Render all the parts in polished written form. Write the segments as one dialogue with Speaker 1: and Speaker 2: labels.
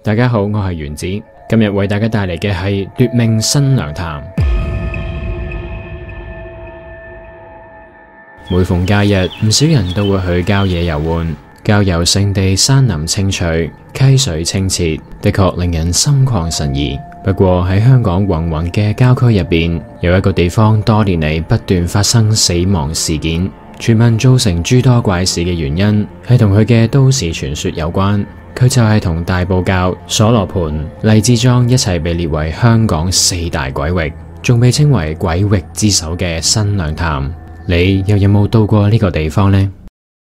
Speaker 1: 大家好，我係原子，今日為大家帶嚟嘅係奪命新娘潭。每逢假日，唔少人都會去郊野遊玩。郊遊勝地山林青翠，溪水清澈，的確令人心曠神怡。不過喺香港芸芸嘅郊區入邊，有一個地方多年嚟不斷發生死亡事件，傳聞造成諸多怪事嘅原因係同佢嘅都市傳說有關。佢就係同大埔滘、鎖羅盆、荔枝莊一齊被列為香港4大鬼域，仲被稱為鬼域之首嘅新娘潭。你又有冇到過呢個地方呢？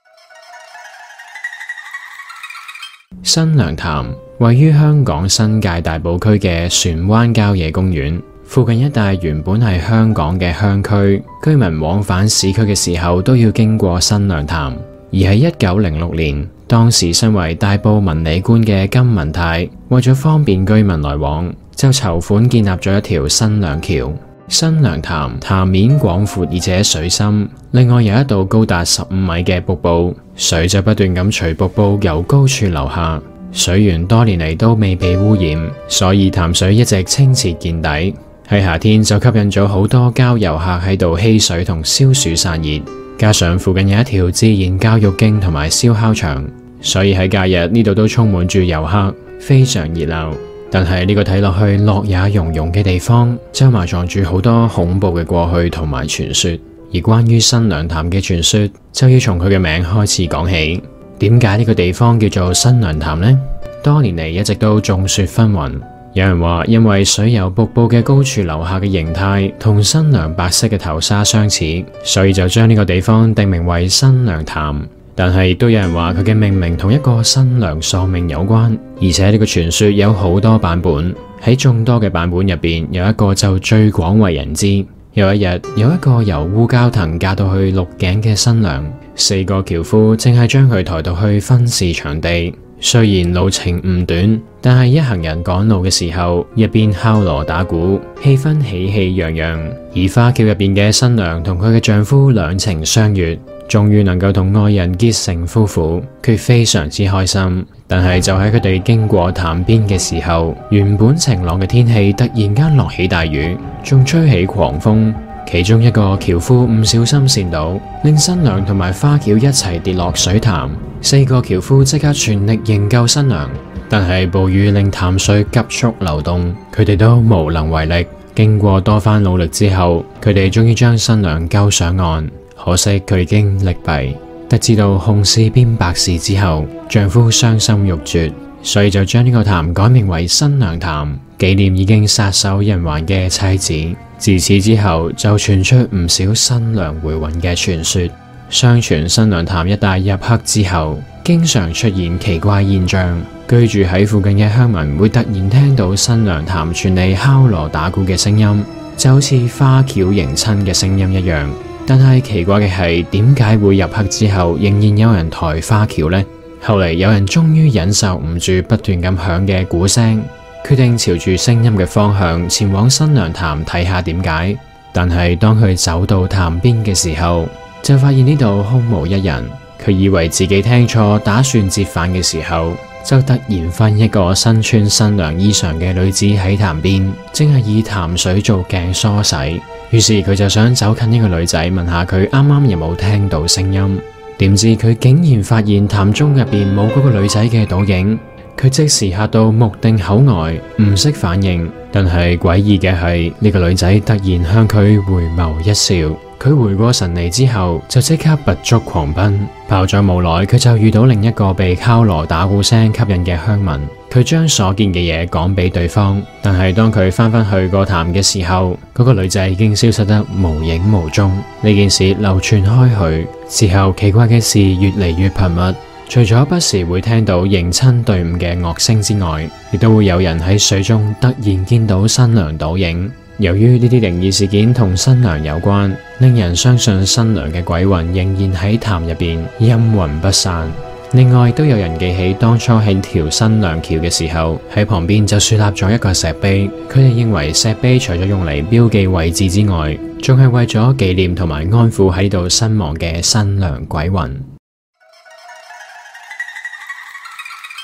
Speaker 1: 新娘潭位於香港新界大埔區嘅船灣郊野公園，附近一帶原本係香港嘅鄉區，居民往返市區嘅時候都要經過新娘潭。而喺1906年，當時身為大埔文理官嘅金文泰，為咗方便居民來往，就籌款建立咗一條新娘橋。新娘潭潭面廣闊而且水深，另外有一道高達15米嘅瀑布，水就不斷咁隨瀑布由高處流下，水源多年嚟都未被污染，所以潭水一直清澈見底。喺夏天就吸引咗好多郊遊客喺度嬉水同消暑散熱，加上附近有一條自然教育徑同埋燒烤場，所以喺假日呢度都充滿住遊客，非常熱鬧。但係呢個睇落去樂也融融嘅地方，就埋藏住好多恐怖嘅過去同埋傳說。而關於新娘潭嘅傳說，就要從佢嘅名開始講起。點解呢個地方叫做新娘潭呢？多年嚟一直都眾說紛紜。有人話因為水由瀑布嘅高處流下嘅形態同新娘白色嘅頭紗相似，所以就將呢個地方定名為新娘潭。但係亦都有人話佢嘅命名同一個新娘喪命有關，而且呢個傳說有好多版本。喺眾多嘅版本入邊，有一個就最廣為人知。有一日，有一個由烏蛟騰嫁到去鹿頸嘅新娘，4個轎夫正係將佢抬到去婚事場地。雖然路程唔短，但係一行人趕路嘅時候，一邊敲鑼打鼓，氣氛喜氣洋洋。而花轎入邊嘅新娘同佢嘅丈夫兩情相悅，終於能夠同愛人結成夫婦，佢非常之開心。但係就喺佢哋經過潭邊嘅時候，原本晴朗嘅天氣突然間落起大雨，仲吹起狂風。其中一個轎夫唔小心跣倒，令新娘同埋花轎一齊跌落水潭。4個轎夫即刻全力營救新娘，但係暴雨令潭水急速流動，佢哋都無能為力。經過多番努力之後，佢哋終於將新娘救上岸。可惜佢已經溺斃。得知到紅事變白事之後，丈夫傷心欲絕，所以就將呢個潭改名為新娘潭，紀念已經撒手人寰嘅妻子。自此之後，就傳出唔少新娘回魂嘅傳說。相傳新娘潭一帶入黑之後，經常出現奇怪現象。居住喺附近嘅鄉民會突然聽到新娘潭傳嚟敲鑼打鼓嘅聲音，就好似花轎迎親嘅聲音一樣。但係奇怪嘅係，點解會入黑之後仍然有人抬花轎呢？後嚟有人終於忍受唔住不斷咁響嘅鼓聲，決定朝住聲音嘅方向前往新娘潭睇下點解。但係當佢走到潭邊嘅時候，就發現呢度空無一人。佢以為自己聽錯，打算折返嘅時候，就突然發現一個身穿新娘衣裳嘅女子喺潭邊，正係以潭水做鏡梳洗。於是佢就想走近呢個女仔，問下佢啱啱有冇聽到聲音。點知佢竟然發現潭中入邊冇嗰個女仔嘅倒影。佢即時嚇到目定口呆，唔識反應。但係詭異嘅係，呢個女仔突然向佢回眸一笑。佢回過神嚟之後，就即刻拔足狂奔。跑咗冇耐，佢就遇到另一個被敲鑼打鼓聲吸引嘅鄉民。佢將所見嘅嘢講俾對方，但係當佢翻返去個潭嘅時候，嗰個女仔已經消失得無影無蹤。呢件事流傳開去之後，奇怪嘅事越嚟越頻密。除咗不時會聽到迎親隊伍嘅樂聲之外，亦都會有人喺水中突然見到新娘倒影。由於呢啲靈異事件同新娘有關，令人相信新娘嘅鬼魂仍然喺潭入邊陰魂不散。另外都有人記起當初喺條新娘橋嘅時候，喺旁邊就樹立咗一個石碑。佢哋認為石碑除咗用嚟標記位置之外，仲係為咗紀念同埋安撫喺度身亡嘅新娘鬼魂。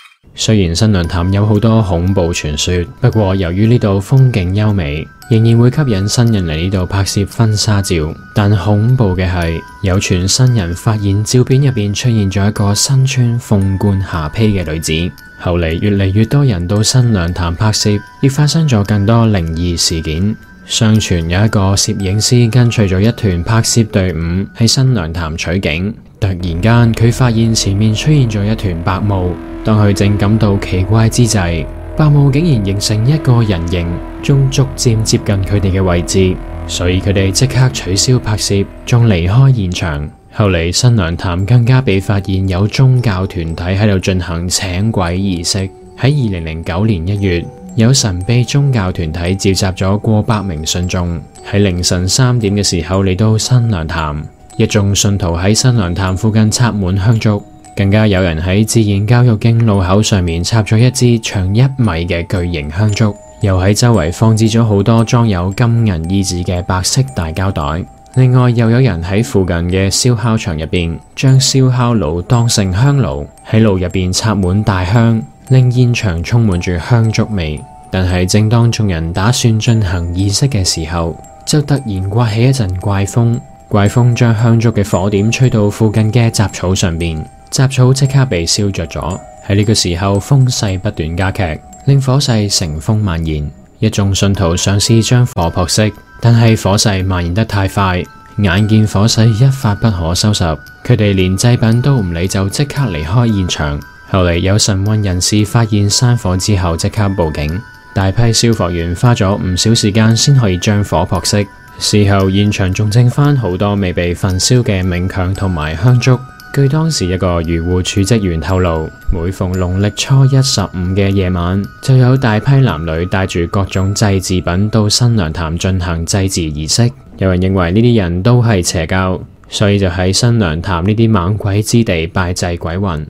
Speaker 1: 雖然新娘潭有好多恐怖傳說，不過由於呢度風景優美，仍然會吸引新人嚟呢度拍攝婚紗照。但恐怖嘅係，有傳新人發現照片入邊出現咗一個身穿鳳冠霞帔嘅女子。後嚟越嚟越多人到新娘潭拍攝，亦發生咗更多靈異事件。相傳有一個攝影師跟隨咗一團拍攝隊伍喺新娘潭取景，突然間佢發現前面出現咗一團白霧。當佢正感到奇怪之際，白霧竟然形成一個人形，仲逐漸接近佢哋嘅位置，所以佢哋即刻取消拍攝，仲離開現場。後嚟新娘潭更加被發現有宗教團體喺度進行請鬼儀式。喺2009年1月，有神秘宗教團體召集咗過百名信眾，喺凌晨3點嘅時候嚟到新娘潭。一眾信徒喺新娘潭附近插滿香燭，更加有人喺自然教育徑路口上面插咗一支長1米嘅巨型香燭，又喺周圍放置咗好多裝有金銀衣紙嘅白色大膠袋。另外又有人喺附近嘅燒烤場入邊，將燒烤爐當成香爐，喺爐入邊插滿大香，令現場充滿住香燭味。但係正當眾人打算進行儀式嘅時候，就突然颳起一陣怪風，怪風將香燭嘅火點吹到附近嘅雜草上邊，雜草即刻被燒着咗。喺呢個時候，風勢不斷加劇，令火勢乘風蔓延。一眾信徒嘗試將火撲熄，但係火勢蔓延得太快，眼見火勢一發不可收拾，佢哋連祭品都唔理就即刻離開現場。後嚟有晨運人士發現山火之後即刻報警，大批消防員花咗唔少時間先可以將火撲熄。事後現場仲剩翻好多未被焚燒嘅冥鏹同埋香燭。據當時一個漁護處職員透露，每逢農曆初1、15嘅夜晚，就有大批男女帶住各種祭祀品到新娘潭進行祭祀儀式。有人認為呢啲人都係邪教，所以就喺新娘潭呢啲猛鬼之地拜祭鬼魂。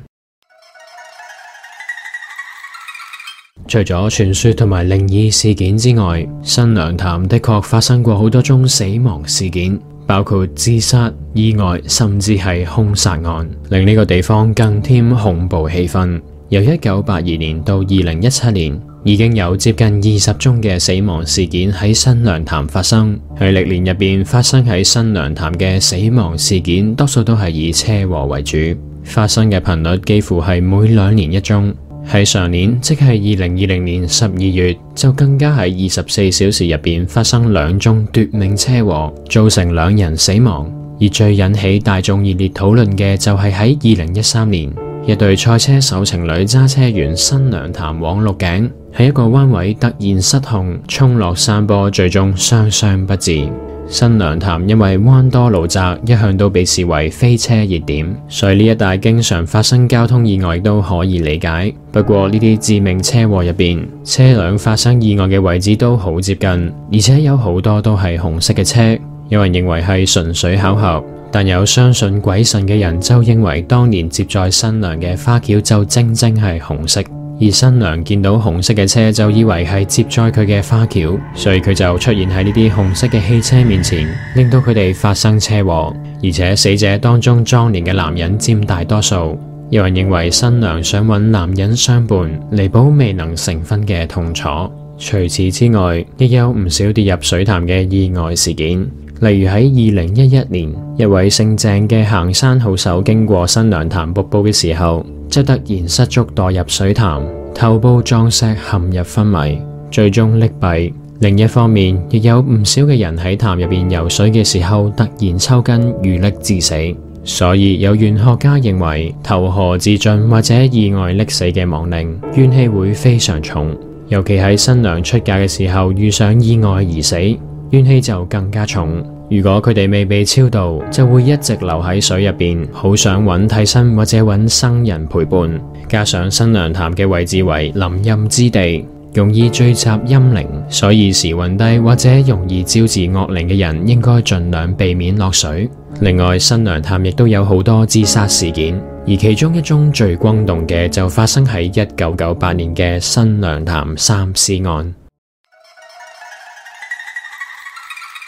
Speaker 1: 除咗傳說同埋靈異事件之外，新娘潭的確發生過好多宗死亡事件，包括自殺、意外，甚至係兇殺案，令呢個地方更添恐怖氣氛。由1982年到2017年，已經有接近20宗嘅死亡事件喺新娘潭發生。喺歷年入邊發生喺新娘潭嘅死亡事件，多數都係以車禍為主，發生嘅頻率幾乎係每2年1宗。喺上年，即係2020年12月，就更加喺24小時入邊發生2宗奪命車禍，造成2人死亡。而最引起大眾熱烈討論嘅就係喺2013年，一對賽車手情侶揸車沿新娘潭往鹿頸，喺一個彎位突然失控，衝落山坡，最終雙雙不治。新娘潭因為彎多路窄，一向都被視為飛車熱點，所以呢一帶經常發生交通意外都可以理解。不過呢啲致命車禍入邊，車輛發生意外嘅位置都好接近，而且有好多都係紅色嘅車。有人認為係純粹巧合，但有相信鬼神嘅人就認為當年接載新娘嘅花轎就正正係紅色。而新娘見到紅色嘅車就以為係接載佢嘅花轎，所以佢就出現喺呢啲紅色嘅汽車面前，令到佢哋發生車禍。而且死者當中壯年嘅男人佔大多數。有人認為新娘想揾男人相伴，彌補未能成婚嘅痛楚。除此之外，亦有唔少跌入水潭嘅意外事件。例如喺2011年，一位姓鄭嘅行山好手經過新娘潭瀑布嘅時候，就突然失足墮入水潭，頭部撞石陷入昏迷，最終溺斃。另一方面，亦有唔少嘅人喺潭入邊游水嘅時候突然抽筋遇溺致死。所以有玄學家認為，投河自盡或者意外溺死嘅亡靈怨氣會非常重，尤其喺新娘出嫁嘅時候遇上意外而死，怨氣就更加重。如果佢哋未被超度，就會一直留喺水入邊，好想揾替身或者揾生人陪伴。加上新娘潭嘅位置為臨陰之地，容易聚集陰靈，所以時運低或者容易招致惡靈嘅人應該盡量避免落水。另外，新娘潭亦都有好多自殺事件，而其中一宗最轟動嘅就發生喺1998年嘅新娘潭3屍案。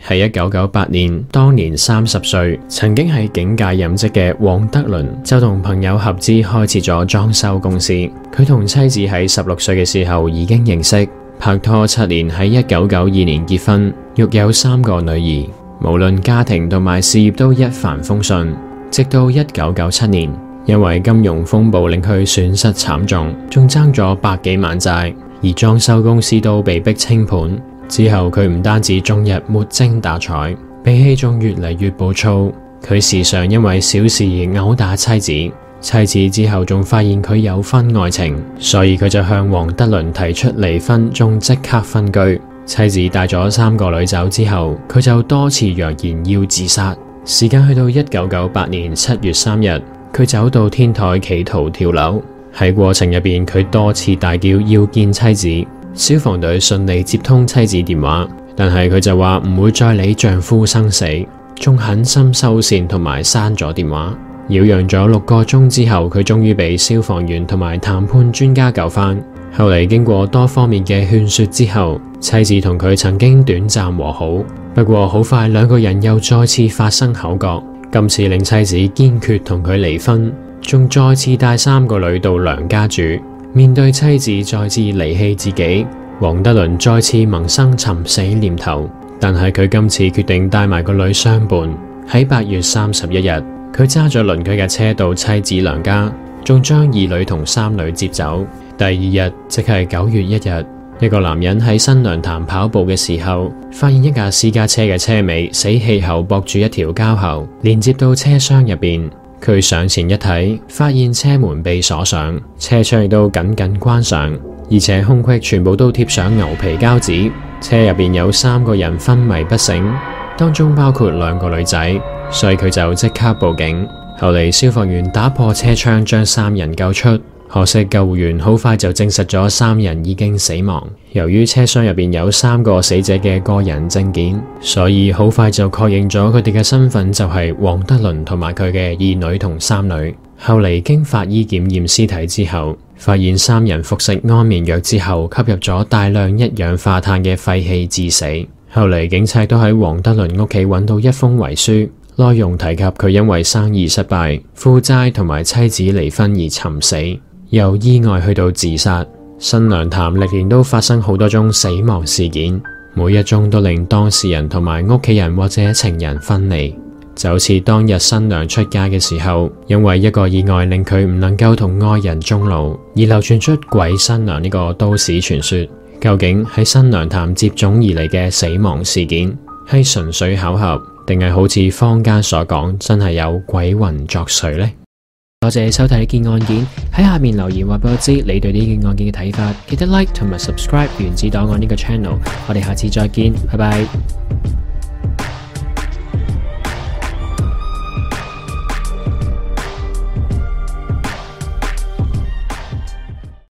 Speaker 1: 喺1998年，當年30歲，曾經喺警界任職嘅黃德倫就同朋友合資開設咗裝修公司。佢同妻子喺16歲嘅時候已經認識，拍拖7年，喺1992年結婚，育有3個女兒。無論家庭同埋事業都一帆風順，直到1997年，因為金融風暴令佢損失慘重，仲爭咗100幾萬債，而裝修公司都被逼清盤。之後佢唔單止終日沒精打采，脾氣仲越嚟越暴躁。佢時常因為小事而毆打妻子。妻子之後仲發現佢有婚外情，所以佢就向黃德倫提出離婚，仲即刻分居。妻子帶咗3個女走之後，佢就多次揚言要自殺。時間去到1998年7月3日，佢走到天台企圖跳樓。喺過程入邊，佢多次大叫要見妻子。消防隊順利接通妻子電話，但係佢就話唔會再理丈夫生死，仲狠心收線同埋刪咗電話。擾攘咗6個鐘之後，佢終於被消防員同埋談判專家救翻。後嚟經過多方面嘅勸說之後，妻子同佢曾經短暫和好，不過好快2個人又再次發生口角。今次令妻子堅決同佢離婚，仲再次帶3個女到娘家住。面對妻子再次離棄自己，黃德倫再次萌生尋死念頭，但係佢今次決定帶埋個女相伴。喺8月31日，佢揸咗鄰居嘅車到妻子娘家，仲將2女同3女接走。第2日，即係9月1日，一個男人喺新娘潭跑步嘅時候，發現一架私家車嘅車尾死氣喉駁住一條膠喉，連接到車廂入邊。佢上前一睇，發現車門被鎖上，車窗亦都緊緊關上，而且空隙全部都貼上牛皮膠紙。車入邊有3個人昏迷不醒，當中包括2個女仔，所以佢就即刻報警。後嚟消防員打破車窗將3人救出，可惜救護員好快就證實咗3人已經死亡。由於車廂入邊有3個死者嘅個人證件，所以好快就確認咗佢哋嘅身份就係黃德倫同埋佢嘅2女同3女。後嚟經法醫檢驗屍體之後，發現3人服食安眠藥之後吸入咗大量一氧化碳嘅廢氣致死。後嚟警察都喺黃德倫屋企揾到一封遺書，內容提及佢因為生意失敗、負債同埋妻子離婚而尋死，由意外去到自殺。新娘潭歷年都發生好多宗死亡事件，每一宗都令當事人同埋屋企人或者情人分離。就好似當日新娘出嫁嘅時候，因為一個意外令佢唔能夠同愛人終老，而流傳出鬼新娘呢個都市傳說。究竟喺新娘潭接踵而嚟嘅死亡事件係純粹巧合，定係好似坊間所講真係有鬼魂作祟呢？多謝收睇呢件案件，喺下面留言話俾我知你對呢件案件嘅睇法，記得 like 同埋 subscribe 原子檔案呢個 channel，我哋下次再見，拜拜。